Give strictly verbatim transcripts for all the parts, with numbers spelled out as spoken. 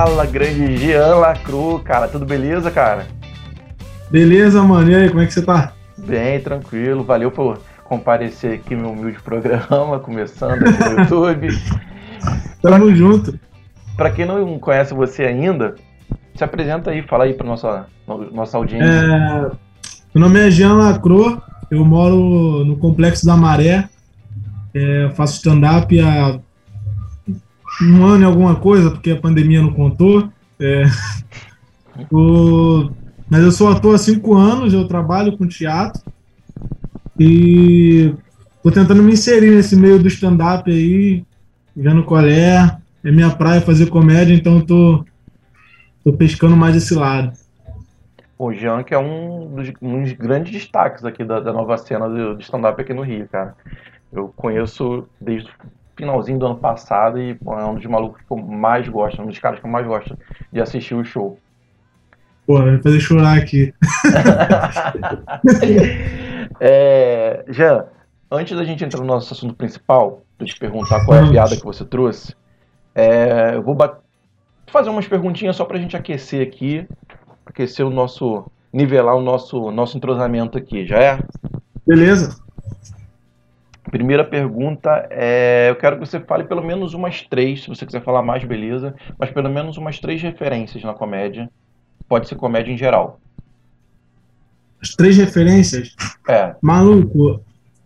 Fala, grande Jean Lacru, cara, tudo beleza, cara? Beleza, mano, e aí, como é que você tá? Bem, tranquilo, valeu por comparecer aqui no meu humilde programa, começando aqui no YouTube. Pra, Tamo junto. pra quem não conhece você ainda, se apresenta aí, fala aí pra nossa, nossa audiência. É, meu nome é Jean Lacro, eu moro no Complexo da Maré, é, faço stand-up há um ano e alguma coisa, porque a pandemia não contou. É, o- mas eu sou ator há cinco anos, eu trabalho com teatro e tô tentando me inserir nesse meio do stand-up aí, vendo qual é. É minha praia fazer comédia, então tô, tô pescando mais esse lado. O Jean, que é um dos, um dos grandes destaques aqui da, da nova cena do, de stand-up aqui no Rio, cara. Eu conheço desde o finalzinho do ano passado e pô, é um dos malucos que eu mais gosto, um dos caras que eu mais gosto de assistir o show. Pô, vai fazer chorar aqui. É, Jean, antes da gente entrar no nosso assunto principal, eu te perguntar qual é a piada que você trouxe, é, eu vou bat- fazer umas perguntinhas só pra gente aquecer aqui, aquecer o nosso, nivelar o nosso, nosso entrosamento aqui, já é? Beleza? Primeira pergunta é, eu quero que você fale pelo menos umas três, se você quiser falar mais, beleza, mas pelo menos umas três referências na comédia, pode ser comédia em geral. As três referências. É, Maluco,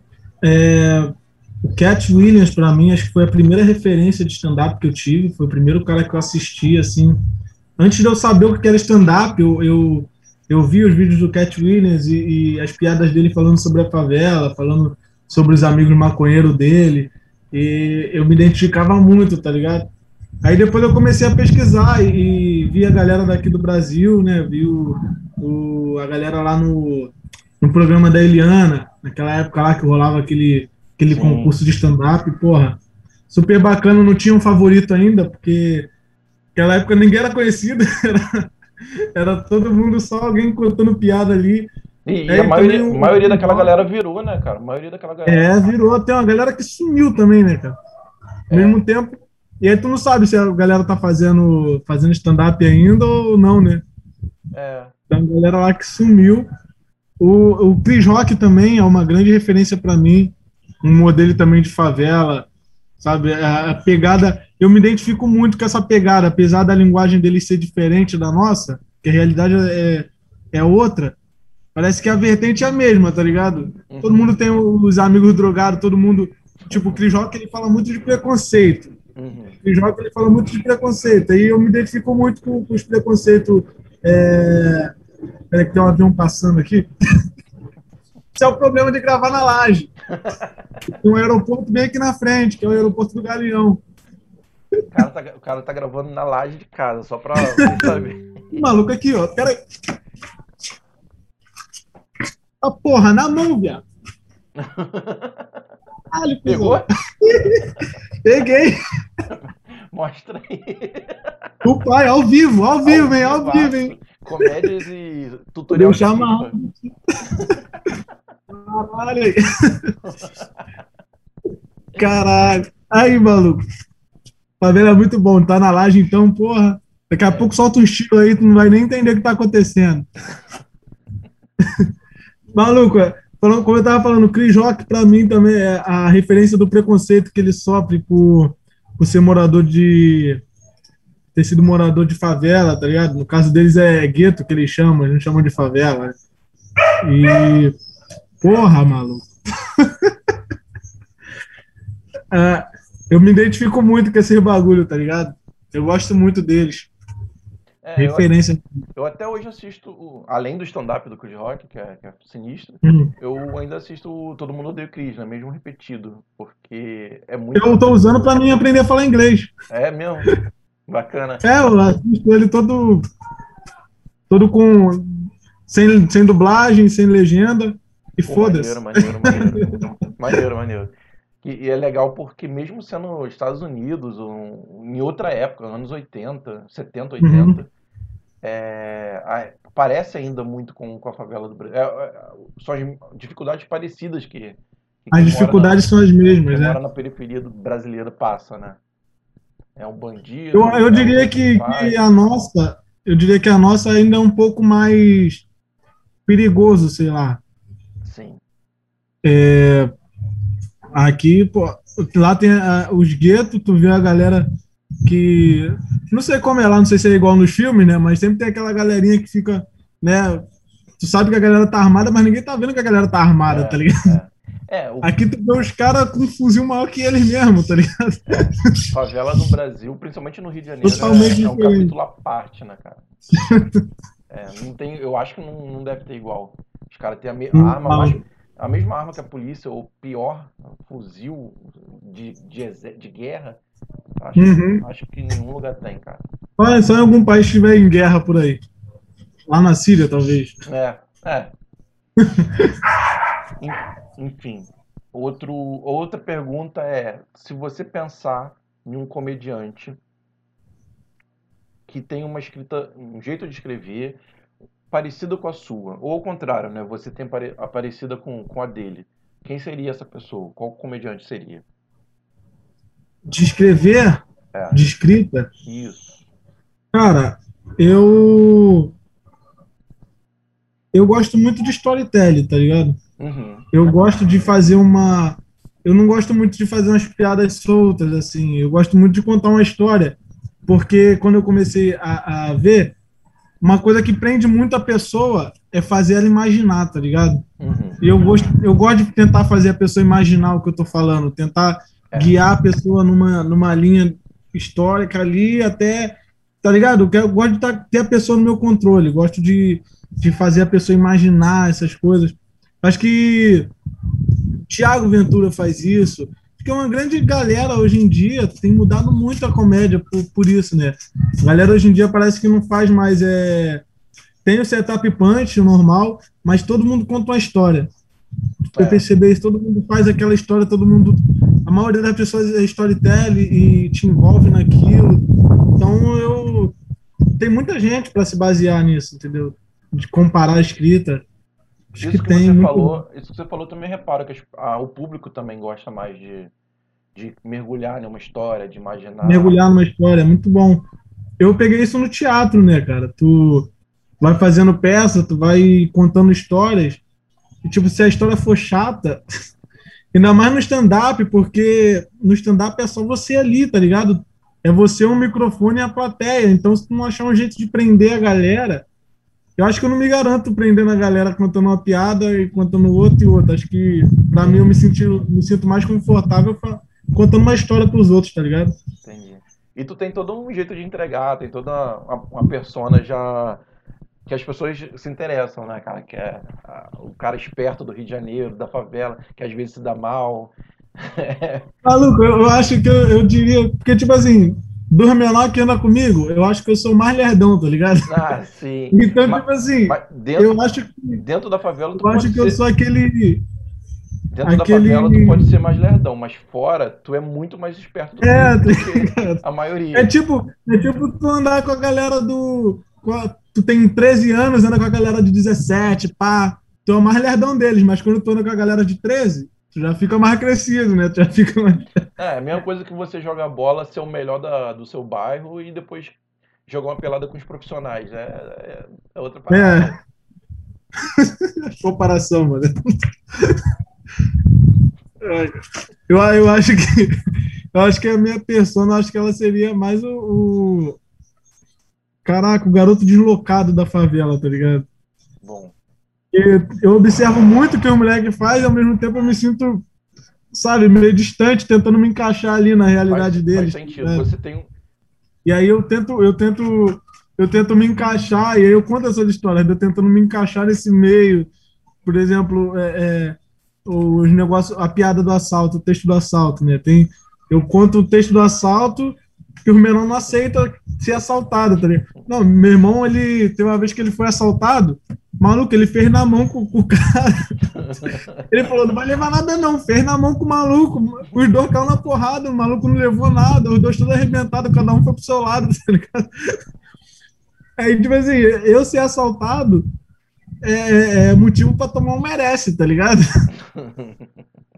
é, o Cat Williams, pra mim, acho que foi a primeira referência de stand-up que eu tive. Foi o primeiro cara que eu assisti, assim. Antes de eu saber o que era stand-up, eu, eu, eu vi os vídeos do Cat Williams e, e as piadas dele falando sobre a favela, falando sobre os amigos maconheiros dele. E eu me identificava muito, tá ligado? Aí depois eu comecei a pesquisar e, e vi a galera daqui do Brasil, né? Vi o, o- a galera lá no, no programa da Eliana, naquela época lá que rolava aquele, aquele sim. concurso de stand-up, porra, super bacana, não tinha um favorito ainda, porque naquela época ninguém era conhecido, era, era todo mundo só alguém contando piada ali. E, e a Aí também maioria, a o, o maioria Chris daquela Rock, galera virou, né, cara? A maioria daquela galera. é, virou até uma galera que sumiu também, né, cara? Ao É, mesmo tempo. E aí tu não sabe se a galera tá fazendo, fazendo stand-up ainda ou não, né? é. Tem uma galera lá que sumiu. O, o Chris Rock também é uma grande referência para mim. Um modelo também de favela, sabe? A, a pegada. Eu me identifico muito com essa pegada, apesar da linguagem dele ser diferente da nossa, que a realidade é, é outra. Parece que a vertente é a mesma, tá ligado? Todo Uhum, mundo tem os amigos drogados, todo mundo. Tipo, o Chris Rock ele fala muito de preconceito. uhum. O Joca ele fala muito de preconceito. Aí eu me identifico muito com, com os preconceitos. É... Peraí, que tem um avião passando aqui. Esse é o problema de gravar na laje. Tem um aeroporto bem aqui na frente, que é o aeroporto do Galeão. O cara tá, o cara tá gravando na laje de casa, só pra vocês saberem. O maluco aqui, ó. Peraí. A porra, na mão, viado. Caralho, Pegou? cuzão. Peguei. Mostra aí. O pai, ao vivo, ao Ao vivo, hein? Ao vivo, vivaço. hein? Comédias e Vou tutorial de deixar FIFA. amarrado. Caralho. Aí. Caralho. Aí, maluco. Favela é muito bom. Tá na laje, então, porra. Daqui a É. pouco solta um estilo aí, tu não vai nem entender o que tá acontecendo. Maluco, é, falando, como eu tava falando, o Chris Rock, pra mim, também é a referência do preconceito que ele sofre por, por ser morador de. Ter sido morador de favela, tá ligado? No caso deles é gueto que eles chamam, eles não chamam de favela. Né? E. Porra, maluco. É, eu me identifico muito com esse bagulho, tá ligado? Eu gosto muito deles. É, eu, Referência. eu até hoje assisto, o- além do stand-up do Chris Rock, que é, que é sinistro, Hum. eu ainda assisto o Todo Mundo Odeia o Chris, né? Mesmo repetido, porque é Eu muito. tô usando pra mim aprender a falar inglês. É mesmo, bacana. É, eu assisto ele todo, todo com. Sem, sem dublagem, sem legenda. E Pô, maneiro, foda-se. maneiro, maneiro. Maneiro, maneiro. E, e é legal porque mesmo sendo nos Estados Unidos, ou em outra época, anos oitenta, setenta, Uhum. oitenta, é, a- parece ainda muito com, com a favela do Brasil. É, é, são as dificuldades parecidas que, que As quem mora na, dificuldades são as quem mesmas, mora né? na periferia do brasileira passa, né? É um bandido? Eu, eu É um diria que, faz? que a nossa, eu diria que a nossa ainda é um pouco mais perigoso, sei lá. Sim. Aqui, pô, lá tem a- os guetos, tu vê a galera que. Não sei como é lá, não sei se é igual nos filmes, né? Mas sempre tem aquela galerinha que fica, né? Tu sabe que a galera tá armada, mas ninguém tá vendo que a galera tá armada, tá É, ligado? é. É, o, Aqui tu vê os caras com um fuzil maior que eles mesmo, tá ligado? é. Favela no Brasil, principalmente no Rio de Janeiro, é, Totalmente é um diferente. capítulo à parte, né, cara? É, não tem, eu acho que não, não deve ter igual. Os caras têm a, me- a arma mais, Não. a mesma arma que a polícia, ou pior, um fuzil de, de, exe- de guerra. Acho, Uhum. acho que nenhum lugar tem, cara. Só, só em algum país que estiver em guerra por aí. Lá na Síria, talvez. É, é. En- Enfim, outro, outra pergunta é: se você pensar em um comediante que tem uma escrita, um jeito de escrever parecida com a sua, ou ao contrário, né? Você tem pare- a parecida com, com a dele. Quem seria essa pessoa? Qual comediante seria? De escrever, É, de escrita, isso. cara, eu. Eu gosto muito de storytelling, tá ligado? Uhum. Eu gosto de fazer uma. Eu não gosto muito de fazer umas piadas soltas, assim. Eu gosto muito de contar uma história. Porque quando eu comecei a, a ver, uma coisa que prende muito a pessoa é fazer ela imaginar, tá ligado? Uhum. E eu gosto, eu gosto de tentar fazer a pessoa imaginar o que eu tô falando, tentar É. guiar a pessoa numa, numa linha histórica ali até, tá ligado? Eu, quero, eu gosto de tá, ter a pessoa no meu controle, gosto de, de fazer a pessoa imaginar essas coisas. Acho que Tiago Ventura faz isso, porque uma grande galera hoje em dia tem mudado muito a comédia por, por isso, né? A galera hoje em dia parece que não faz mais. É... Tem o setup punch normal, mas todo mundo conta uma história. Você É. perceber isso, todo mundo faz aquela história, todo mundo. A maioria das pessoas é storytelling e te envolve naquilo. Então eu. Tem muita gente para se basear nisso, entendeu? De comparar a escrita. Acho que Isso que tem você muito. falou, isso que você falou também reparo que as- ah, o público também gosta mais de, de mergulhar numa história, de imaginar. Mergulhar numa história, é muito bom. Eu peguei isso no teatro, né, cara? Tu vai fazendo peça, tu vai contando histórias. E, tipo, se a história for chata, ainda mais no stand-up, porque no stand-up é só você ali, tá ligado? É você, um microfone e a plateia. Então, se tu não achar um jeito de prender a galera, eu acho que eu não me garanto prendendo a galera contando uma piada e contando outra e outra. Acho que, pra mim, eu me, Entendi, senti, me sinto mais confortável pra- contando uma história pros outros, tá ligado? entendi. E tu tem todo um jeito de entregar, tem toda uma, uma persona já que as pessoas se interessam, né, cara? Que é ah, o cara esperto do Rio de Janeiro, da favela, que às vezes se dá mal. Maluco, eu, eu acho que eu, eu diria. Porque, tipo assim, dos menores que anda comigo, eu acho que eu sou o mais lerdão, tá ligado? Ah, sim. Então, Mas, tipo assim, mas dentro, eu acho que dentro da favela tu eu pode acho que eu ser. sou aquele. Dentro da favela tu pode Aquele. ser mais lerdão, mas fora tu é muito mais esperto do que, É, tá do que ligado? a É maioria. tipo, é tipo tu andar com a galera do. com a- tu tem treze anos, anda com a galera de dezessete, pá. Tu é o mais lerdão deles, mas quando tu anda com a galera de treze, tu já fica mais crescido, né? Tu já fica mais. É, a mesma coisa que você jogar bola, ser o melhor da, do seu bairro e depois jogar uma pelada com os profissionais. É, é, é outra parada. É, comparação, mano. Eu, eu acho que eu acho que a minha persona, eu acho que ela seria mais o, o- caraca, o garoto deslocado da favela, tá ligado? Bom, Eu, eu observo muito o que o moleque faz e ao mesmo tempo eu me sinto, sabe, meio distante, tentando me encaixar ali na faz, realidade faz deles, tá sentido. ligado? Você tem um. E aí eu tento, eu tento, eu tento me encaixar, e aí eu conto essa história, eu tentando me encaixar nesse meio, por exemplo, é, é, os negócios, a piada do assalto, o texto do assalto, né? Tem, eu conto o texto do assalto que o menor não aceita ser assaltado, tá ligado? Não, meu irmão, ele tem uma vez que ele foi assaltado, maluco, ele fez na mão com, com o cara. Ele falou, não vai levar nada não, fez na mão com o maluco, os dois caíram na porrada, o maluco não levou nada, os dois todos arrebentados, cada um foi pro seu lado, tá ligado? Aí, tipo assim, eu ser assaltado é, é motivo pra tomar um merece, tá ligado?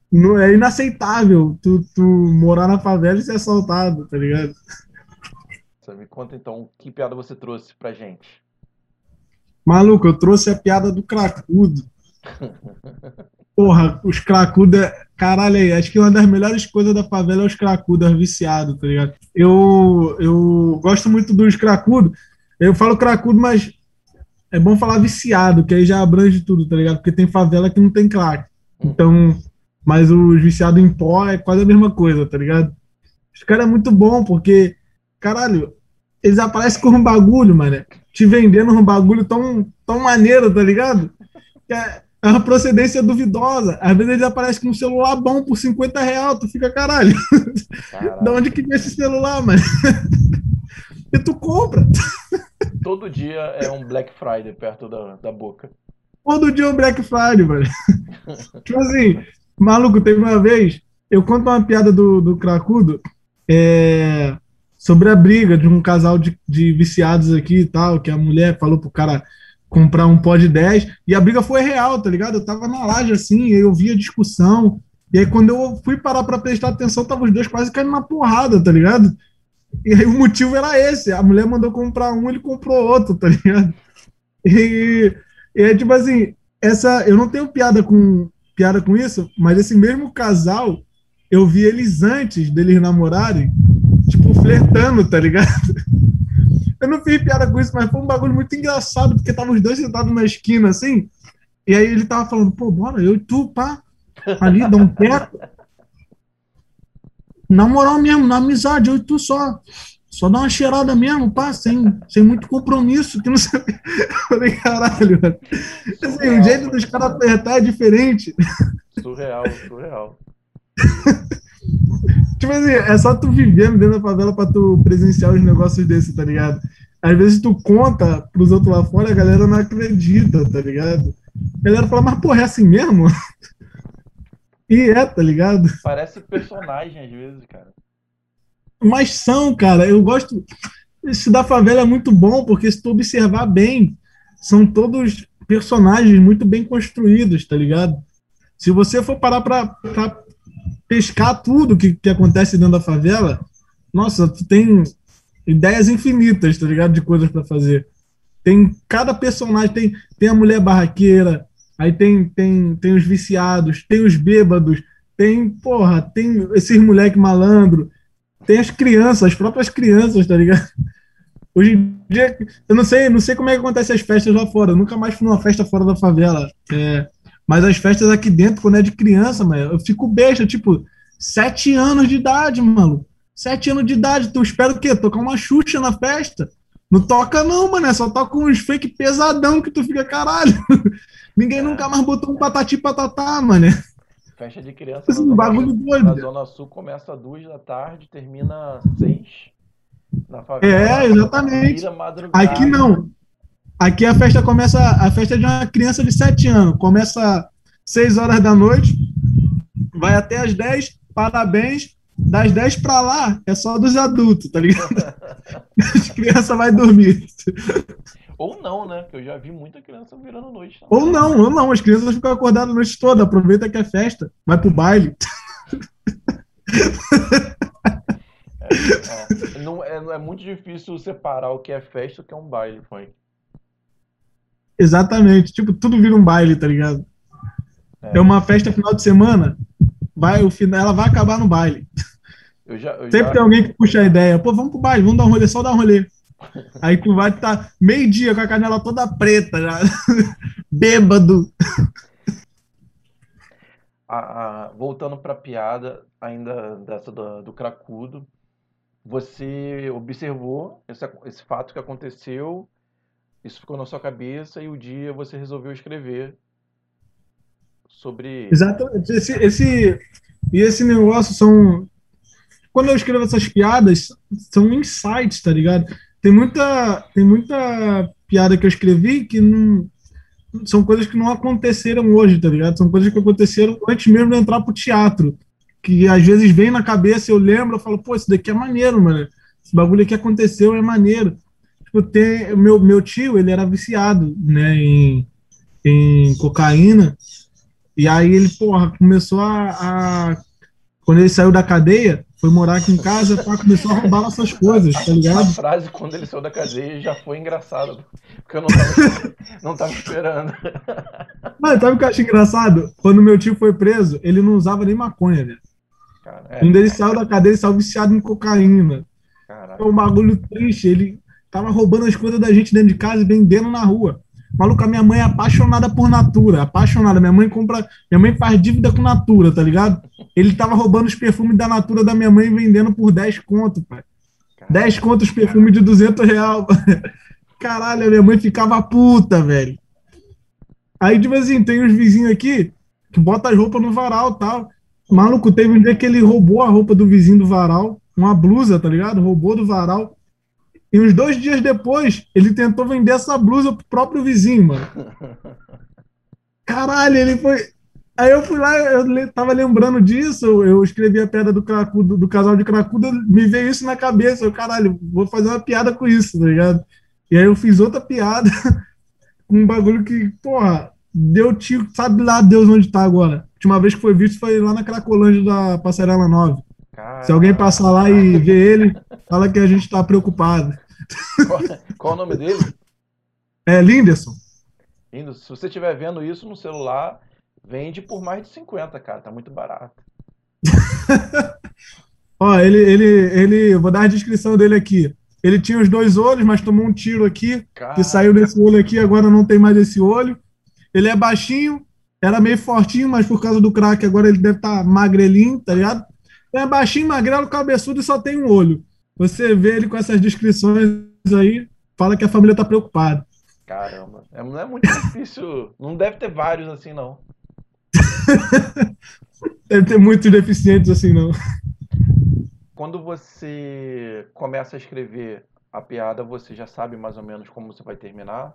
não, é inaceitável tu, tu morar na favela e ser assaltado, tá ligado? Você me conta então que piada você trouxe pra gente. Maluco, eu trouxe a piada do cracudo. Porra, os cracudos, é- caralho, aí, acho que uma das melhores coisas da favela é os cracudos viciados, tá ligado? Eu, eu gosto muito dos cracudos. Eu falo cracudo, mas é bom falar viciado, que aí já abrange tudo, tá ligado? Porque tem favela que não tem crack. Uhum. Então, mas os viciados em pó é quase a mesma coisa, tá ligado? Os caras é muito bom, porque, caralho, eles aparecem com um bagulho, mano, te vendendo um bagulho tão, tão maneiro, tá ligado? Que é é uma procedência duvidosa. Às vezes eles aparecem com um celular bom por cinquenta real, tu fica, caralho, de onde Caraca. que vem esse celular, mano? E tu compra. Todo dia é um Black Friday perto da, da boca. Todo dia é um Black Friday, mano. Tipo assim, maluco, teve uma vez, eu conto uma piada do, do Cracudo, é, sobre a briga de um casal de, de viciados aqui e tal, que a mulher falou pro cara comprar um pó de dez, e a briga foi real, tá ligado? Eu tava na laje assim, e eu vi a discussão, e aí quando eu fui parar pra prestar atenção, tava os dois quase caindo na porrada, tá ligado? E aí o motivo era esse, a mulher mandou comprar um, ele comprou outro, tá ligado? E, e é tipo assim, essa, eu não tenho piada com, piada com isso, mas esse mesmo casal, eu vi eles antes deles namorarem, tipo, flertando, tá ligado? Eu não fiz piada com isso, mas foi um bagulho muito engraçado, porque tava os dois sentados na esquina, assim, e aí ele tava falando, pô, bora, eu e tu, pá, ali, dá um teco. Na moral mesmo, na amizade, eu e tu só. Só dá uma cheirada mesmo, pá, sem, sem muito compromisso, que não sei. Eu falei, caralho, mano. Assim, o Surreal, jeito mano. dos caras apertar é diferente. Surreal, surreal. Tipo assim, é só tu vivendo dentro da favela pra tu presenciar os negócios desses, tá ligado? Às vezes tu conta pros outros lá fora, a galera não acredita, tá ligado? A galera fala, mas porra, é assim mesmo? E é, tá ligado? Parece personagem às vezes, cara. Mas são, cara, eu gosto. Isso da favela é muito bom, porque se tu observar bem, são todos personagens muito bem construídos, tá ligado? Se você for parar pra, pra pescar tudo que, que acontece dentro da favela, nossa, tu tem ideias infinitas, tá ligado? De coisas pra fazer. Tem cada personagem, tem, tem a mulher barraqueira, aí tem, tem, tem os viciados, tem os bêbados, tem, porra, tem esses moleque malandro, tem as crianças, as próprias crianças, tá ligado? Hoje em dia, eu não sei, não sei como é que acontece as festas lá fora. Eu nunca mais fui numa festa fora da favela. É, mas as festas aqui dentro, quando é de criança, mano, eu fico besta, tipo, sete anos de idade, mano. Sete anos de idade, tu espera o quê? Tocar uma Xuxa na festa? Não toca não, mano, é só toca uns fake pesadão que tu fica, caralho. Ninguém É, nunca mais botou um patati patatá, mano. festa de criança na Assim, um Zona bagulho Sul, na doido. Zona Sul começa às duas da tarde, termina às seis. Na É, favela vira exatamente. Aqui madrugada. não. Aqui a festa começa, a festa é de uma criança de sete anos. Começa seis horas da noite, vai até as dez. Parabéns. Das dez para lá é só dos adultos, tá ligado? As crianças vai dormir. Ou não, né? Porque eu já vi muita criança virando noite Ou também. não, ou não. As crianças ficam acordadas a noite toda. Aproveita que é festa, vai pro baile. É, é, não, é, é muito difícil separar o que é festa e o que é um baile, funk. Exatamente. Tipo, tudo vira um baile, tá ligado? É É, uma festa final de semana, vai, o final, ela vai acabar no baile. eu já, eu Sempre já, tem alguém que puxa a ideia. Pô, vamos pro baile, vamos dar um rolê, só dar um rolê. Aí tu vai estar tá meio-dia com a canela toda preta, já. Bêbado. a- a- voltando pra piada, ainda dessa do, do cracudo, você observou esse, ac- esse fato que aconteceu, isso ficou na sua cabeça e o dia você resolveu escrever sobre. Exatamente. Esse, esse, e esse negócio são. Quando eu escrevo essas piadas, são insights, tá ligado? Tem muita, tem muita piada que eu escrevi que não, são coisas que não aconteceram hoje, tá ligado? São coisas que aconteceram antes mesmo de eu entrar pro teatro. Que às vezes vem na cabeça, eu lembro, eu falo, pô, isso daqui é maneiro, mano. Esse bagulho aqui aconteceu, é maneiro. Tipo, tem, meu, meu tio, ele era viciado, né, em, em cocaína. E aí ele, porra, começou a, a... Quando ele saiu da cadeia, foi morar aqui em casa, pá, começou a roubar nossas coisas, tá ligado? A frase, quando ele saiu da cadeia, já foi engraçada, porque eu não tava, não tava esperando. Mas sabe o que eu acho engraçado? Quando meu tio foi preso, ele não usava nem maconha, velho. Cara, Quando é, ele saiu da cadeia, ele saiu viciado em cocaína. É um bagulho triste. Ele tava roubando as coisas da gente dentro de casa e vendendo na rua. Maluco, a minha mãe é apaixonada por Natura, apaixonada. Minha mãe compra, minha mãe faz dívida com Natura, tá ligado? Ele tava roubando os perfumes da Natura da minha mãe e vendendo por dez conto, pai. dez conto os perfumes de duzentos real. Caralho, a minha mãe ficava puta, velho. Aí, tipo assim, tem uns vizinhos aqui que botam as roupas no varal e tal. Maluco, teve um dia que ele roubou a roupa do vizinho do varal, uma blusa, tá ligado? Roubou do varal. E uns dois dias depois, ele tentou vender essa blusa pro próprio vizinho, mano. Caralho, ele foi... Aí eu fui lá, eu tava lembrando disso, eu escrevi a piada do, cracudo, do casal de cracudo, me veio isso na cabeça. Eu, caralho, vou fazer uma piada com isso, tá ligado? E aí eu fiz outra piada com um bagulho que, porra, deu tio, sabe lá Deus onde tá agora. A última vez que foi visto foi lá na Cracolândia da Passarela nove. Caramba. Se alguém passar lá e ver ele, fala que a gente tá preocupado. Qual, qual o nome dele? É Linderson. Linderson, se você estiver vendo isso no celular, vende por mais de cinquenta, cara, tá muito barato. Ó, ele, ele, ele, vou dar a descrição dele aqui. Ele tinha os dois olhos, mas tomou um tiro aqui, Caramba. que saiu desse olho aqui, agora não tem mais esse olho. Ele é baixinho, era meio fortinho, mas por causa do crack agora ele deve estar tá magrelinho, tá ligado? É baixinho, magrelo, cabeçudo e só tem um olho. Você vê ele com essas descrições aí, fala que a família tá preocupada. Caramba, é, não é muito difícil, não deve ter vários assim, não. Deve ter muitos deficientes assim, não. Quando você começa a escrever a piada, você já sabe mais ou menos como você vai terminar?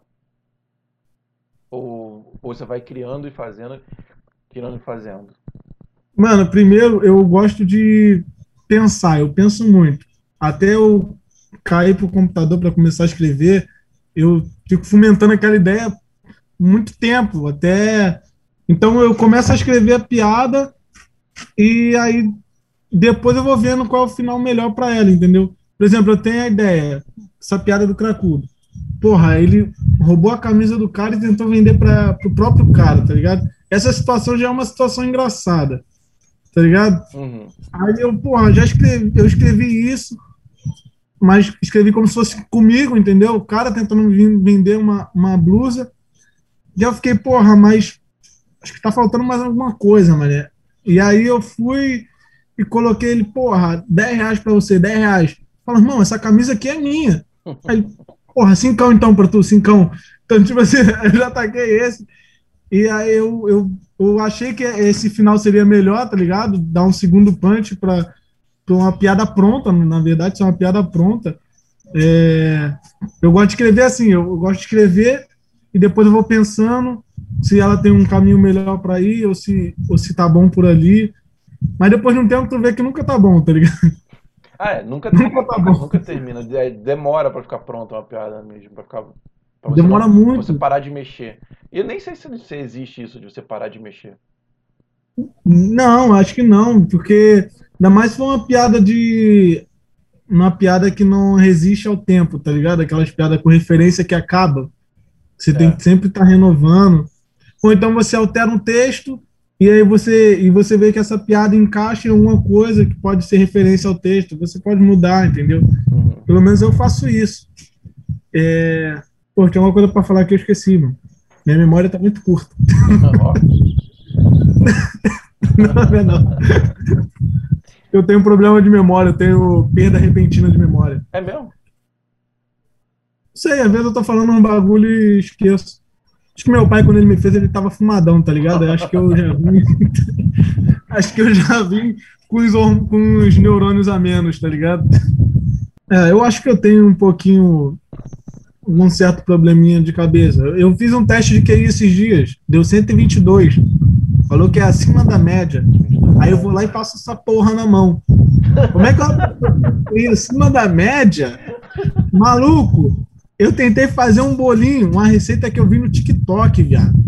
Ou, ou você vai criando e fazendo, criando e fazendo? Mano, primeiro eu gosto de pensar, eu penso muito. Até eu cair pro computador para começar a escrever, eu fico fomentando aquela ideia muito tempo, até... Então eu começo a escrever a piada e aí depois eu vou vendo qual é o final melhor para ela, entendeu? Por exemplo, eu tenho a ideia, essa piada do cracudo. Porra, ele roubou a camisa do cara e tentou vender para o próprio cara, tá ligado? Essa situação já é uma situação engraçada, tá ligado? Uhum. Aí eu, porra, já escrevi, eu escrevi isso, mas escrevi como se fosse comigo, entendeu? O cara tentando vender uma, uma blusa. E eu fiquei, porra, mas acho que tá faltando mais alguma coisa, mané. E aí eu fui e coloquei ele, porra, dez reais pra você, dez reais. Fala, irmão, essa camisa aqui é minha. Aí, porra, cincão então pra tu, cincão. Então, tipo assim, eu já taquei esse. E aí eu, eu, eu achei que esse final seria melhor, tá ligado? Dar um segundo punch pra, pra uma piada pronta, na verdade, isso é uma piada pronta. É, eu gosto de escrever assim, eu gosto de escrever e depois eu vou pensando se ela tem um caminho melhor para ir ou se, ou se tá bom por ali. Mas depois de um tempo tu vê que nunca tá bom, tá ligado? Ah, é, nunca, nunca, tá bom. Nunca termina. Demora para ficar pronta uma piada mesmo. Pra ficar, pra você Demora não, muito. Pra você parar de mexer. E eu nem sei se, se existe isso de você parar de mexer. Não, acho que não, porque ainda mais se for uma piada de... Uma piada que não resiste ao tempo, tá ligado? Aquelas piadas com referência que acaba. Você é. tem que sempre estar tá renovando. Ou então você altera um texto e aí você, e você vê que essa piada encaixa em alguma coisa que pode ser referência ao texto. Você pode mudar, entendeu? Uhum. Pelo menos eu faço isso. É... Pô, tem uma coisa para falar que eu esqueci, mano. Minha memória tá muito curta. Não, não, não. Eu tenho um problema de memória, eu tenho perda repentina de memória. É mesmo? Não sei, às vezes eu tô falando um bagulho e esqueço. Acho que meu pai, quando ele me fez, ele tava fumadão, tá ligado? Eu acho que eu já vim. Acho que eu já vim com os, com os neurônios a menos, tá ligado? É, eu acho que eu tenho um pouquinho. Um certo probleminha de cabeça. Eu fiz um teste de Q I esses dias, deu cento e vinte e dois. Falou que é acima da média. Aí eu vou lá e passo essa porra na mão. Como é que eu ia acima da média? Maluco, eu tentei fazer um bolinho, uma receita que eu vi no TikTok, viado.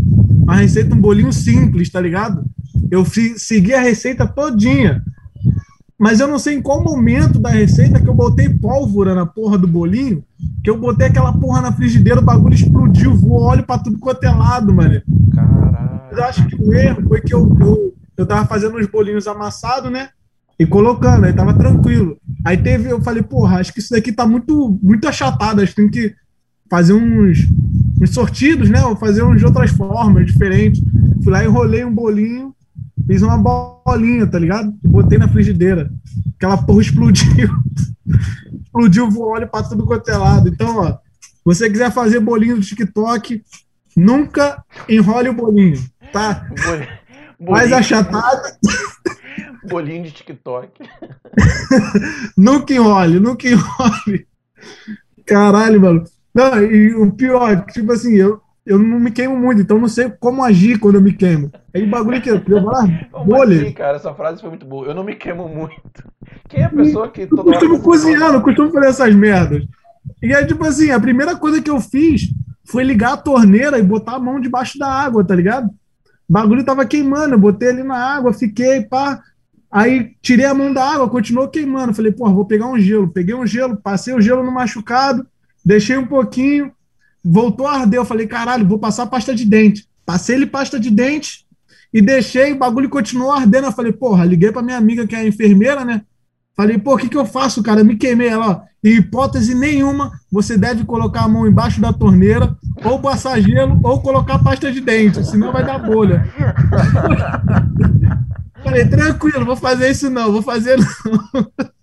uma receita, um bolinho simples, tá ligado? Eu fi, segui a receita todinha. Mas eu não sei em qual momento da receita que eu botei pólvora na porra do bolinho, que eu botei aquela porra na frigideira, o bagulho explodiu, voou óleo pra tudo quanto é lado, mano. Caralho. Eu acho que o erro foi que eu, eu, eu tava fazendo uns bolinhos amassados, né? E colocando, aí tava tranquilo. Aí teve, eu falei, porra, acho que isso daqui tá muito, muito achatado, acho que tem que fazer uns, uns sortidos, né? Ou fazer uns de outras formas, diferentes. Fui lá e enrolei um bolinho, fiz uma bolinha, tá ligado? E botei na frigideira. Aquela porra explodiu. Explodiu o óleo pra tudo quanto é lado. Então, ó, se você quiser fazer bolinho do TikTok, nunca enrole o bolinho, tá? Bolinho, Mais achatado. Bolinho de TikTok. Nunca enrole, nunca enrole. Caralho, mano. Não, e o pior, tipo assim, eu, eu não me queimo muito, então não sei como agir quando eu me queimo. Aí o bagulho que eu lá, bolha. Assim, cara, essa frase foi muito boa. Eu não me queimo muito. Quem é a pessoa que toda hora... Eu costumo cozinhar, não costumo fazer essas merdas. E aí, tipo assim, a primeira coisa que eu fiz foi ligar a torneira e botar a mão debaixo da água, tá ligado? O bagulho tava queimando, eu botei ali na água, fiquei, pá. Aí tirei a mão da água, continuou queimando. Falei, pô, vou pegar um gelo. Peguei um gelo, passei o gelo no machucado, deixei um pouquinho, voltou a arder. Eu falei, caralho, vou passar pasta de dente. Passei ele pasta de dente e deixei, o bagulho continuou ardendo. Eu falei, porra, liguei pra minha amiga que é enfermeira, né? Falei, pô, o que que eu faço, cara? Eu me queimei. Ela, ó, em hipótese nenhuma, você deve colocar a mão embaixo da torneira, ou passar gelo, ou colocar pasta de dente, senão vai dar bolha. Falei, tranquilo, vou fazer isso não, vou fazer não.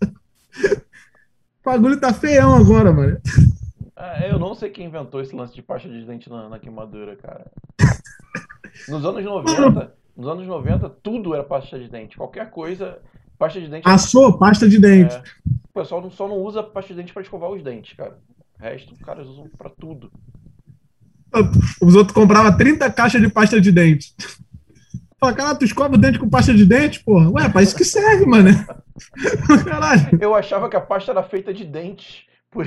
O bagulho tá feião agora, mano. Ah, eu não sei quem inventou esse lance de pasta de dente na, na queimadura, cara. Nos anos noventa, nos anos noventa, tudo era pasta de dente. Qualquer coisa, pasta de dente... Assou, pasta de dente. É, o pessoal não, só não usa pasta de dente pra escovar os dentes, cara. O resto, os caras usam pra tudo. Os outros compravam trinta caixas de pasta de dente. Fala, cara, tu escova o dente com pasta de dente, porra? Ué, pra isso que serve, mano. Caralho. Eu achava que a pasta era feita de dentes. Por...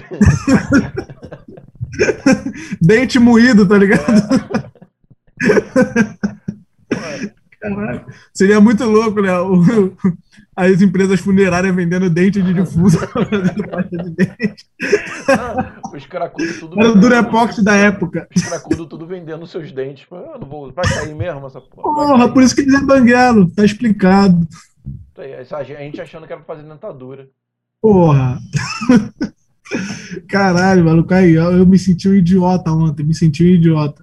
Dente moído, tá ligado? É. Caralho. Seria muito louco, né? O, as empresas funerárias vendendo dente de difuso. Pasta de dente. Ah, os cracudos tudo... Era o Durepox da época. Os cracudos tudo vendendo seus dentes. Eu não vou... Vai cair mesmo essa porra. Porra, por isso que eles é banguelo. Tá explicado. A gente achando que era pra fazer dentadura. Porra. Caralho, maluco. Aí, eu me senti um idiota ontem. Me senti um idiota.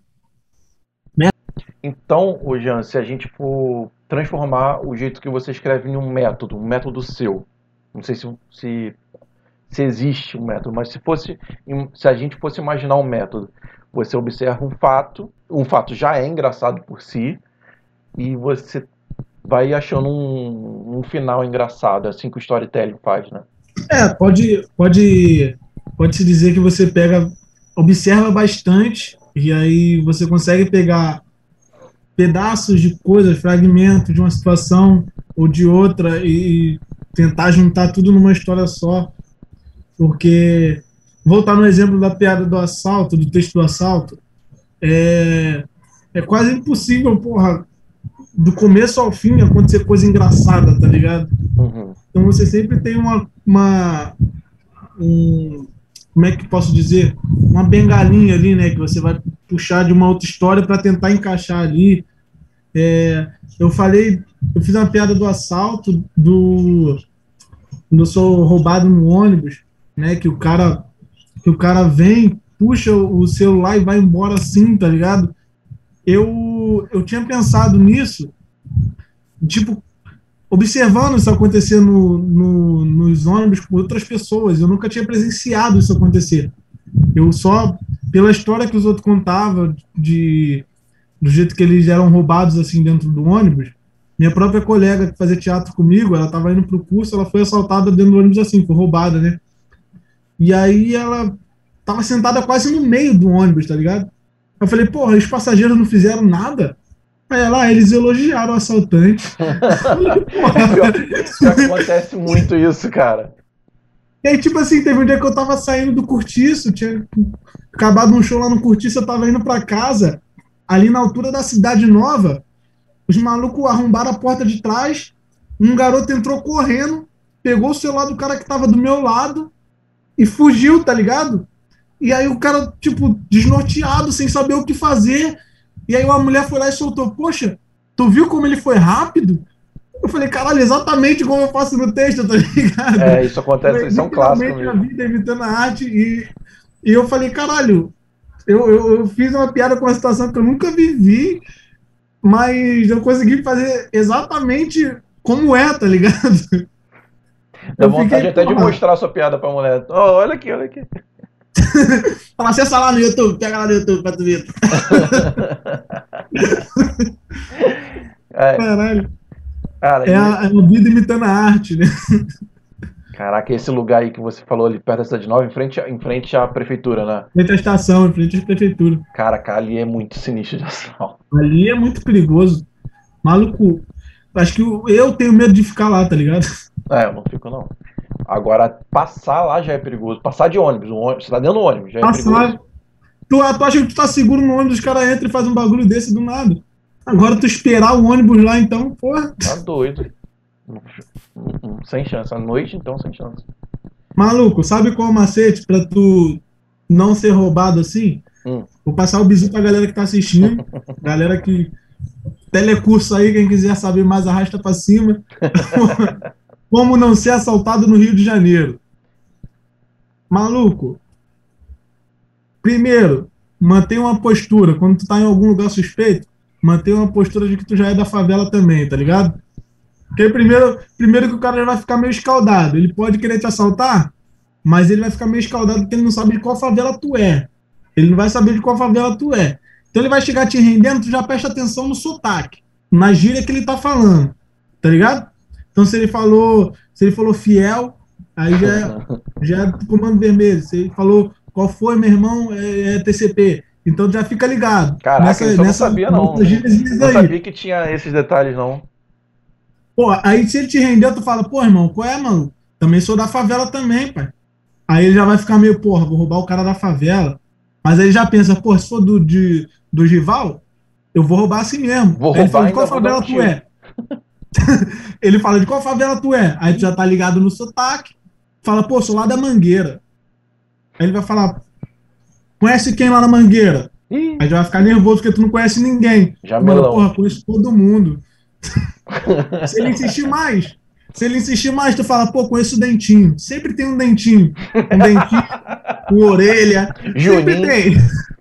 Então, ô Jean, se a gente for transformar o jeito que você escreve em um método, um método seu, não sei se, se, se existe um método, mas se fosse, se a gente fosse imaginar um método, você observa um fato, um fato já é engraçado por si, e você vai achando um, um final engraçado, assim que o storytelling faz, né? É, pode, pode, pode se dizer que você pega, observa bastante, e aí você consegue pegar pedaços de coisas, fragmentos de uma situação ou de outra e tentar juntar tudo numa história só. Porque, voltar no exemplo da piada do assalto, do texto do assalto, é, é quase impossível, porra, do começo ao fim acontecer coisa engraçada, tá ligado? Uhum. Então você sempre tem uma, uma um, como é que posso dizer? Uma bengalinha ali, né, que você vai puxar de uma outra história para tentar encaixar ali. É, eu falei, eu fiz uma piada do assalto, do quando eu sou roubado no ônibus, né, que o cara, que o cara vem, puxa o celular e vai embora assim, tá ligado? Eu, eu tinha pensado nisso, tipo, observando isso acontecer no, no, nos ônibus com outras pessoas. Eu nunca tinha presenciado isso acontecer. Eu só, pela história que os outros contavam, de, do jeito que eles eram roubados assim dentro do ônibus, minha própria colega que fazia teatro comigo, ela estava indo para o curso, ela foi assaltada dentro do ônibus assim, foi roubada, né? E aí ela estava sentada quase no meio do ônibus, tá ligado? Eu falei, porra, os passageiros não fizeram nada? Aí ela, eles elogiaram o assaltante. Já acontece muito isso, cara. E aí, tipo assim, teve um dia que eu tava saindo do Curtiço, tinha acabado um show lá no Curtiço, eu tava indo pra casa, ali na altura da Cidade Nova, os malucos arrombaram a porta de trás, um garoto entrou correndo, pegou o celular do cara que tava do meu lado e fugiu, tá ligado? E aí o cara, tipo, desnorteado, sem saber o que fazer. E aí uma mulher foi lá e soltou, poxa, tu viu como ele foi rápido? Eu falei, caralho, exatamente como eu faço no texto, tá ligado? É, isso acontece, isso é um clássico mesmo. A vida imitando a arte. E, e eu falei, caralho, eu, eu, eu fiz uma piada com uma situação que eu nunca vivi, mas eu consegui fazer exatamente como é, tá ligado? Dá vontade fiquei, até porra, de mostrar a sua piada pra mulher. Oh, olha aqui, olha aqui. Fala, acessa lá no YouTube, pega lá no YouTube pra tu ver. É. Caralho. Cara, é, a, é uma vida imitando a arte, né? Caraca, esse lugar aí que você falou ali perto da Cidade Nova, em frente, em frente à prefeitura, né? Em frente à estação, em frente à prefeitura. Caraca, ali é muito sinistro de ação. Ali é muito perigoso. Maluco, acho que eu, eu tenho medo de ficar lá, tá ligado? É, eu não fico não. Agora, passar lá já é perigoso. Passar de ônibus, um ônibus, você tá dentro do ônibus, já é Passar, perigoso. Tu, tu acha que tu tá seguro no ônibus, os caras entram e fazem um bagulho desse do nada. Agora tu esperar o ônibus lá, então, porra. Tá doido. Sem chance. À noite, então, sem chance. Maluco, sabe qual é o macete pra tu não ser roubado assim? Hum. Vou passar o bisu pra galera que tá assistindo. Galera que... Telecurso aí, quem quiser saber mais, arrasta pra cima. Como não ser assaltado no Rio de Janeiro. Maluco, primeiro, mantenha uma postura. Quando tu tá em algum lugar suspeito, mantenha uma postura de que tu já é da favela também, tá ligado? Porque primeiro, primeiro que o cara já vai ficar meio escaldado. Ele pode querer te assaltar, mas ele vai ficar meio escaldado porque ele não sabe de qual favela tu é. Ele não vai saber de qual favela tu é. Então ele vai chegar te rendendo, tu já presta atenção no sotaque, na gíria que ele tá falando, tá ligado? Então se ele falou, se ele falou fiel, aí já é, já é comando vermelho. Se ele falou qual foi, meu irmão, é, é T C P. Então já fica ligado. Caraca, nessa, isso eu nessa, não sabia não. Não sabia que tinha esses detalhes não. Pô, aí se ele te rendeu, tu fala, pô, irmão, qual é, mano? Também sou da favela também, pai. Aí ele já vai ficar meio, porra, vou roubar o cara da favela. Mas aí ele já pensa, pô, se for do, de, do rival, eu vou roubar assim mesmo. Vou aí ele roubar, fala, de qual favela tu é? Ele fala, de qual favela tu é? Aí tu já tá ligado no sotaque. Fala, pô, sou lá da Mangueira. Aí ele vai falar, conhece quem lá na Mangueira? Ih. Aí já vai ficar nervoso porque tu não conhece ninguém. Já Mano, porra, conheço todo mundo. Se ele insistir mais, se ele insistir mais, tu fala, pô, conheço o Dentinho. Sempre tem um Dentinho. Um Dentinho com orelha. Juninho. Sempre tem.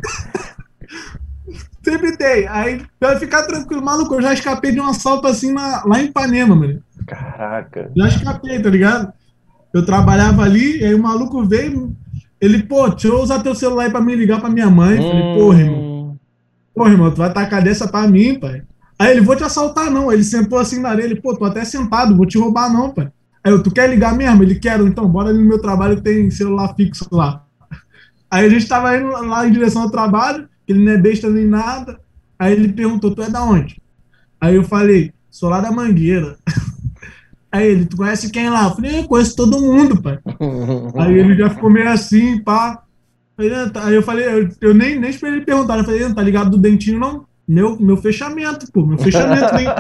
Sempre tem. Aí vai ficar tranquilo. Maluco, eu já escapei de um assalto assim na, lá em Ipanema, mano. Caraca. Já escapei, tá ligado? Eu trabalhava ali, e aí o maluco veio. Ele, pô, deixa eu usar teu celular aí pra me ligar pra minha mãe. Hum. Falei, porra, irmão. Porra, irmão, tu vai tacar dessa pra mim, pai. Aí ele, vou te assaltar, não. Ele sentou assim na areia, ele, pô, tô até sentado, vou te roubar, não, pai. Aí eu, tu quer ligar mesmo? Ele, quero, então, bora ali no meu trabalho, tem celular fixo lá. Aí a gente tava indo lá em direção ao trabalho, ele não é besta nem nada. Aí ele perguntou, tu é da onde? Aí eu falei, sou lá da Mangueira. Aí ele, tu conhece quem lá? Eu falei, eu conheço todo mundo, pai. Aí ele já ficou meio assim, pá. Aí eu falei, eu, eu nem, nem esperei ele perguntar. Eu falei, tá ligado do Dentinho, não? Meu, meu fechamento, pô, meu fechamento. Nem...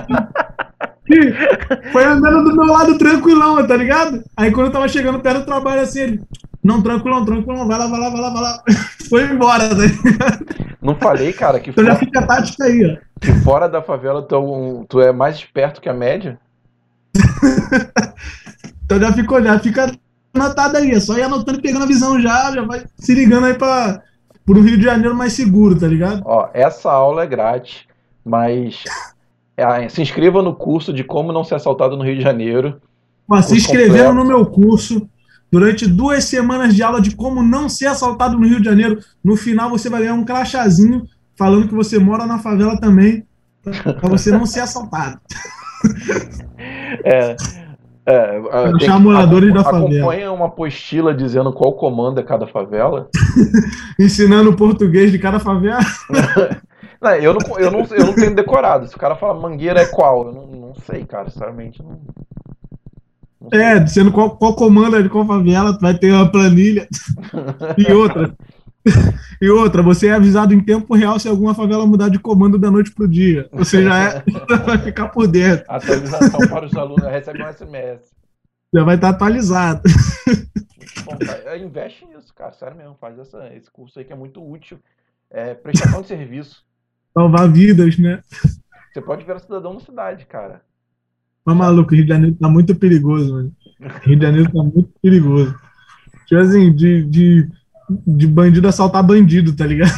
Foi andando do meu lado tranquilão, tá ligado? Aí quando eu tava chegando perto do trabalho, assim, ele, não, tranquilão, tranquilão, vai lá, vai lá, vai lá, vai lá. Foi embora, tá ligado? Não falei, cara, que então fora... já fica a tática aí, ó. Que fora da favela tu, tu é mais esperto que a média? Então já ficou, já fica anotado aí, é só ir anotando e pegando a visão já, já vai se ligando aí pra... por um Rio de Janeiro mais seguro, tá ligado? Ó, essa aula é grátis, mas é, se inscreva no curso de como não ser assaltado no Rio de Janeiro. Mas se inscrevendo no meu curso, durante duas semanas de aula de como não ser assaltado no Rio de Janeiro, no final você vai ganhar um crachazinho falando que você mora na favela também, pra você não ser assaltado. É... É, achar moradores da favela. Acompanha uma apostila dizendo qual comando é cada favela. Ensinando o português de cada favela. Não, eu, não, eu, não, eu não tenho decorado. Se o cara fala Mangueira é qual? Eu não, não sei, cara, sinceramente. Não, não é, dizendo qual, qual comando é de qual favela, tu vai ter uma planilha. E outra, E outra, você é avisado em tempo real se alguma favela mudar de comando da noite pro dia. Você já, é, já vai ficar por dentro. Atualização para os alunos, recebe um S M S. Já vai estar atualizado. Muito bom, cara. Investe nisso, cara. Sério mesmo, faz essa, esse curso aí que é muito útil. É, prestação de serviço. Salvar vidas, né? Você pode virar cidadão na cidade, cara. Mas maluco, Rio de Janeiro tá muito perigoso, mano. Rio de Janeiro tá muito perigoso. Tipo assim, de, de, de bandido assaltar bandido, tá ligado?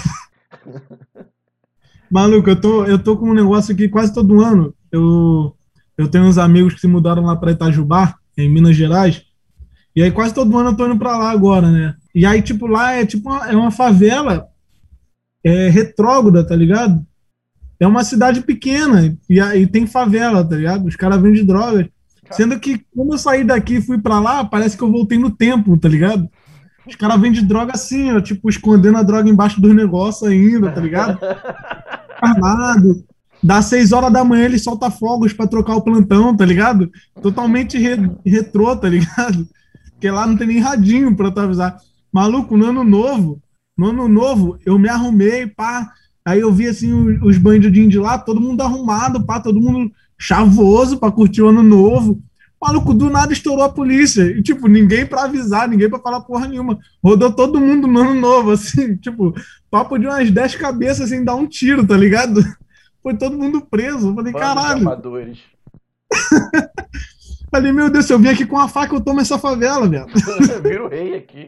Maluco, eu tô, eu tô com um negócio aqui quase todo ano. Eu, eu tenho uns amigos que se mudaram lá pra Itajubá, em Minas Gerais. E aí quase todo ano eu tô indo pra lá agora, né? E aí, tipo, lá é tipo uma, é uma favela é, retrógrada, tá ligado? É uma cidade pequena e aí tem favela, tá ligado? Os caras vendem drogas. Sendo que, quando eu saí daqui e fui pra lá, parece que eu voltei no tempo, tá ligado? Os caras vendem droga assim, ó, tipo, escondendo a droga embaixo dos negócios ainda, tá ligado? Armado. Dá seis horas da manhã, ele solta fogos pra trocar o plantão, tá ligado? Totalmente re, retrô, tá ligado? Porque lá não tem nem radinho pra tu avisar. Maluco, no ano novo, no ano novo, eu me arrumei, pá. Aí eu vi, assim, os, os bandidinhos de lá, todo mundo arrumado, pá, todo mundo chavoso pra curtir o ano novo. Maluco, do nada estourou a polícia. E, tipo, ninguém pra avisar, ninguém pra falar porra nenhuma. Rodou todo mundo no ano novo, assim, tipo, papo de umas dez cabeças, assim, dar um tiro, tá ligado? Foi todo mundo preso. Eu falei, Bando de caralho. amadores. Falei, meu Deus, se eu vim aqui com a faca, eu tomo essa favela, velho. Vira o rei aqui.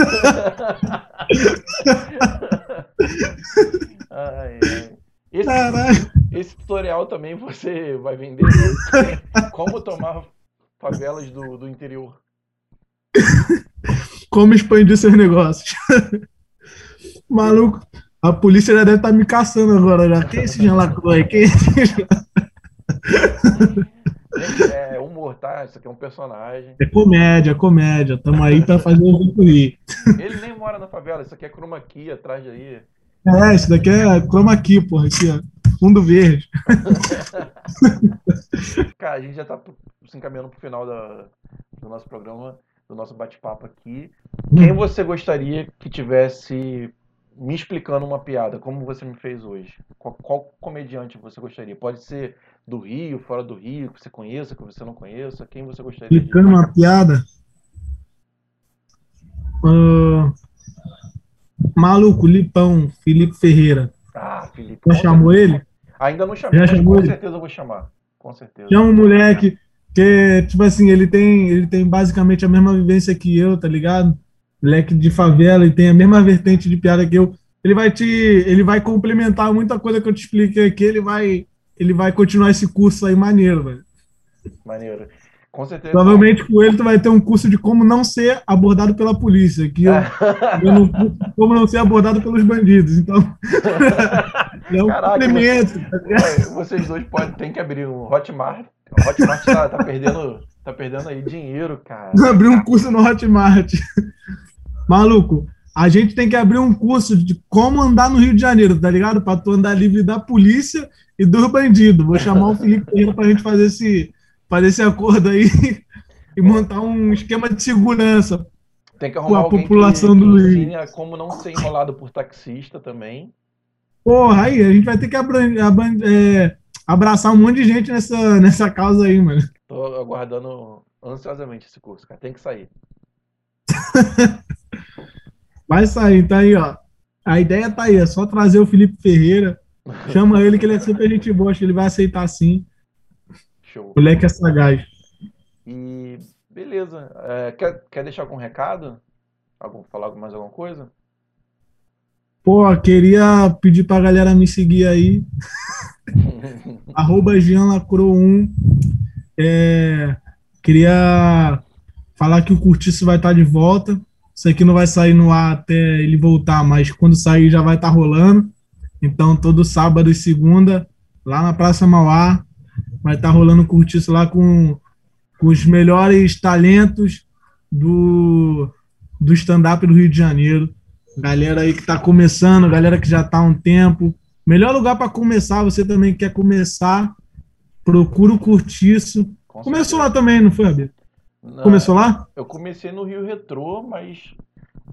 Ai, ai. Esse, Caralho. esse tutorial também você vai vender, né? Como tomar favelas do, do interior. Como expandir seus negócios. Maluco, a polícia já deve estar me caçando agora. Já. Quem é esse Jean Lacroix aí? Quem é esse Jean... Gente, é humor, tá? Isso aqui é um personagem. É comédia, é comédia. Tamo aí pra fazer o grupo rir. Ele nem mora na favela, isso aqui é chroma key atrás de aí. É, isso daqui é chroma key, porra. Aqui, ó. Fundo verde. Cara, a gente já tá se encaminhando pro final da, do nosso programa, do nosso bate-papo aqui. Quem você gostaria que tivesse me explicando uma piada, como você me fez hoje? Qual, qual comediante você gostaria? Pode ser do Rio, fora do Rio, que você conheça, que você não conheça. Quem você gostaria de... Explicando uma piada. Uh, maluco, Lipão, Felipe Ferreira. Ah, Felipe. Já chamou ele? Ainda não chamei, Já mas chamou com ele? certeza eu vou chamar. Com certeza. Chama um moleque que, tipo assim, ele tem, ele tem basicamente a mesma vivência que eu, tá ligado? Moleque de favela e tem a mesma vertente de piada que eu. Ele vai te, ele vai complementar muita coisa que eu te expliquei aqui, ele vai, ele vai continuar esse curso aí maneiro, velho. Maneiro. Com certeza. Provavelmente com ele tu vai ter um curso de como não ser abordado pela polícia, que eu, eu não, como não ser abordado pelos bandidos. Então, é um Caraca, complemento. você, Tá ligado? ué, vocês dois podem, tem que abrir um Hotmart. O Hotmart tá, tá perdendo, tá perdendo aí dinheiro, cara. Abrir um curso no Hotmart. Maluco, a gente tem que abrir um curso de como andar no Rio de Janeiro, tá ligado? Pra tu andar livre da polícia e dos bandidos. Vou chamar o Felipe Ferreira pra gente fazer esse, fazer esse acordo aí e montar um esquema de segurança. Tem que com arrumar a alguém população que, que do Rio. ensine a como não ser enrolado por taxista também. Porra, aí a gente vai ter que abran- abran- é, abraçar um monte de gente nessa, nessa causa aí, mano. Tô aguardando ansiosamente esse curso, cara. Tem que sair. Vai sair, tá aí, ó. A ideia tá aí, é só trazer o Felipe Ferreira. Chama ele que ele é super gente boa, acho que ele vai aceitar sim. Show. O moleque é sagaz. E beleza. É, quer, quer deixar algum recado? Algum, falar mais alguma coisa? Pô, queria pedir pra galera me seguir aí. Arroba Jean Lacro um. É, queria falar que o Curtiço vai estar de volta. Isso aqui não vai sair no ar até ele voltar, mas quando sair já vai estar rolando. Então, todo sábado e segunda, lá na Praça Mauá, vai estar rolando o Curtiço lá com, com os melhores talentos do, do stand-up do Rio de Janeiro. Galera aí que está começando, galera que já está há um tempo. Melhor lugar para começar, você também quer começar, procura o Curtiço. Com Começou certeza. lá também, não foi, Rabito? Não, Começou lá? eu comecei no Rio Retrô, mas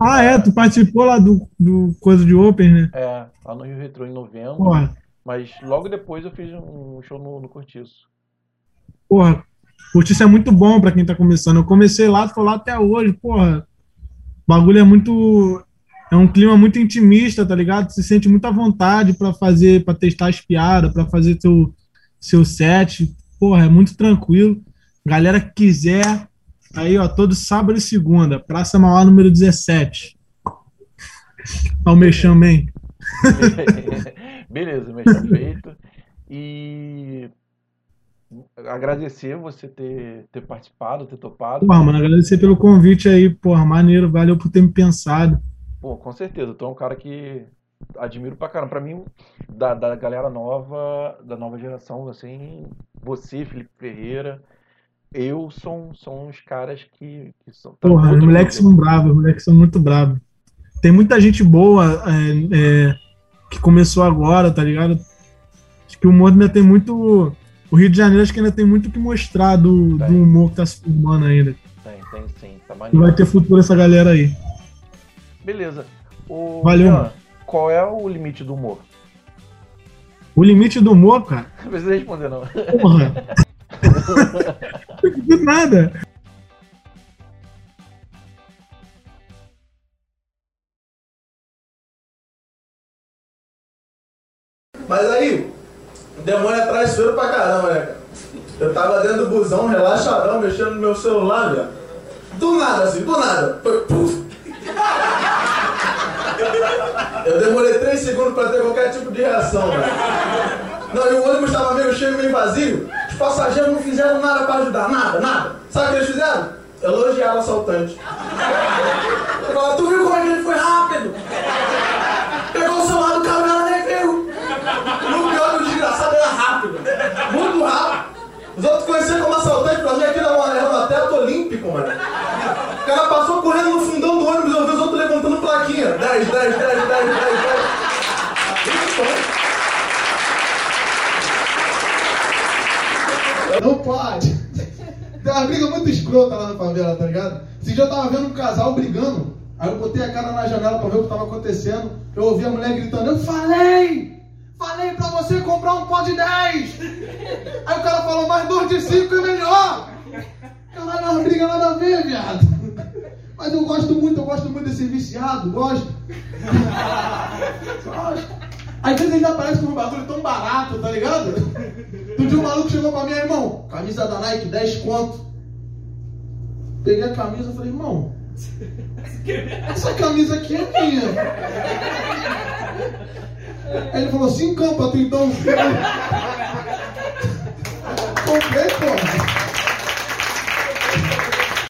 Ah, é, tu participou lá do, do coisa de Open, né? É, lá no Rio Retrô em novembro. Porra, Mas logo depois eu fiz um show no, no Cortiço. porra, Cortiço é muito bom pra quem tá começando. Eu comecei lá, tô lá até hoje, porra. O bagulho é muito. É um clima muito intimista, tá ligado? Você sente muita vontade pra fazer, pra testar as piadas, pra fazer seu, seu set. Porra, é muito tranquilo. Galera que quiser, aí, ó, todo sábado e segunda, Praça Mauá número dezessete. Ao Mexam Man. Beleza, mexer feito. E agradecer você ter, ter participado, ter topado. Porra, mano, agradecer pelo convite aí, porra, maneiro, valeu por ter me pensado. Pô, com certeza, tu é um cara que admiro pra caramba. Pra mim, da, da galera nova, da nova geração, assim, você, Felipe Ferreira, eu são, são os caras que, que são. Tá Porra, os outro moleques nível. são bravos, os moleques são muito bravos. Tem muita gente boa é, é, que começou agora, tá ligado? Acho que o humor ainda tem muito. O Rio de Janeiro acho que ainda tem muito o que mostrar do, do Tem. humor que tá se formando ainda. Tem, tem sim, tá E maneiro. vai ter futuro essa galera aí. Beleza. Ô, Valeu, Jean, mano. qual é o limite do humor? O limite do humor, cara, Não precisa responder, não. porra. Do nada. Mas aí, o demônio é traiçoeiro pra caramba, né, cara? Eu tava dentro do busão, relaxadão, mexendo no meu celular, velho. Do nada, assim, do nada. Foi, puf. Eu demorei três segundos pra ter qualquer tipo de reação, velho. Não, e o ônibus tava meio cheio, meio vazio. Os passageiros não fizeram nada pra ajudar, nada, nada. Sabe o que eles fizeram? Elogiaram o assaltante. Eu falei, tu viu como é que ele foi rápido? Pegou o celular do cara, ela nem viu. No pior que o desgraçado era rápido. Muito rápido. Os outros conheciam como assaltante, pra mim aqui era um atleta olímpico, mano. O cara passou correndo no fundão do ônibus e eu vi os outros levantando plaquinha. dez, dez, dez, dez, dez, dez. Não pode. Tem uma briga muito escrota lá na favela, tá ligado? Esse dia eu tava vendo um casal brigando. Aí eu botei a cara na janela pra ver o que tava acontecendo. Eu ouvi a mulher gritando, eu falei! Falei pra você comprar um pó de dez! Aí o cara falou, mais dois de cinco é melhor! Caralho, não briga nada a ver, viado. Mas eu gosto muito, eu gosto muito desse viciado, gosto. Gosto. Às vezes ainda parece que um bagulho tão barato, tá ligado? Um dia um maluco chegou pra mim, irmão, camisa da Nike, dez conto. Peguei a camisa e falei, irmão, essa camisa aqui é minha. Aí ele falou, cincão pra tu então. Comprei, pô.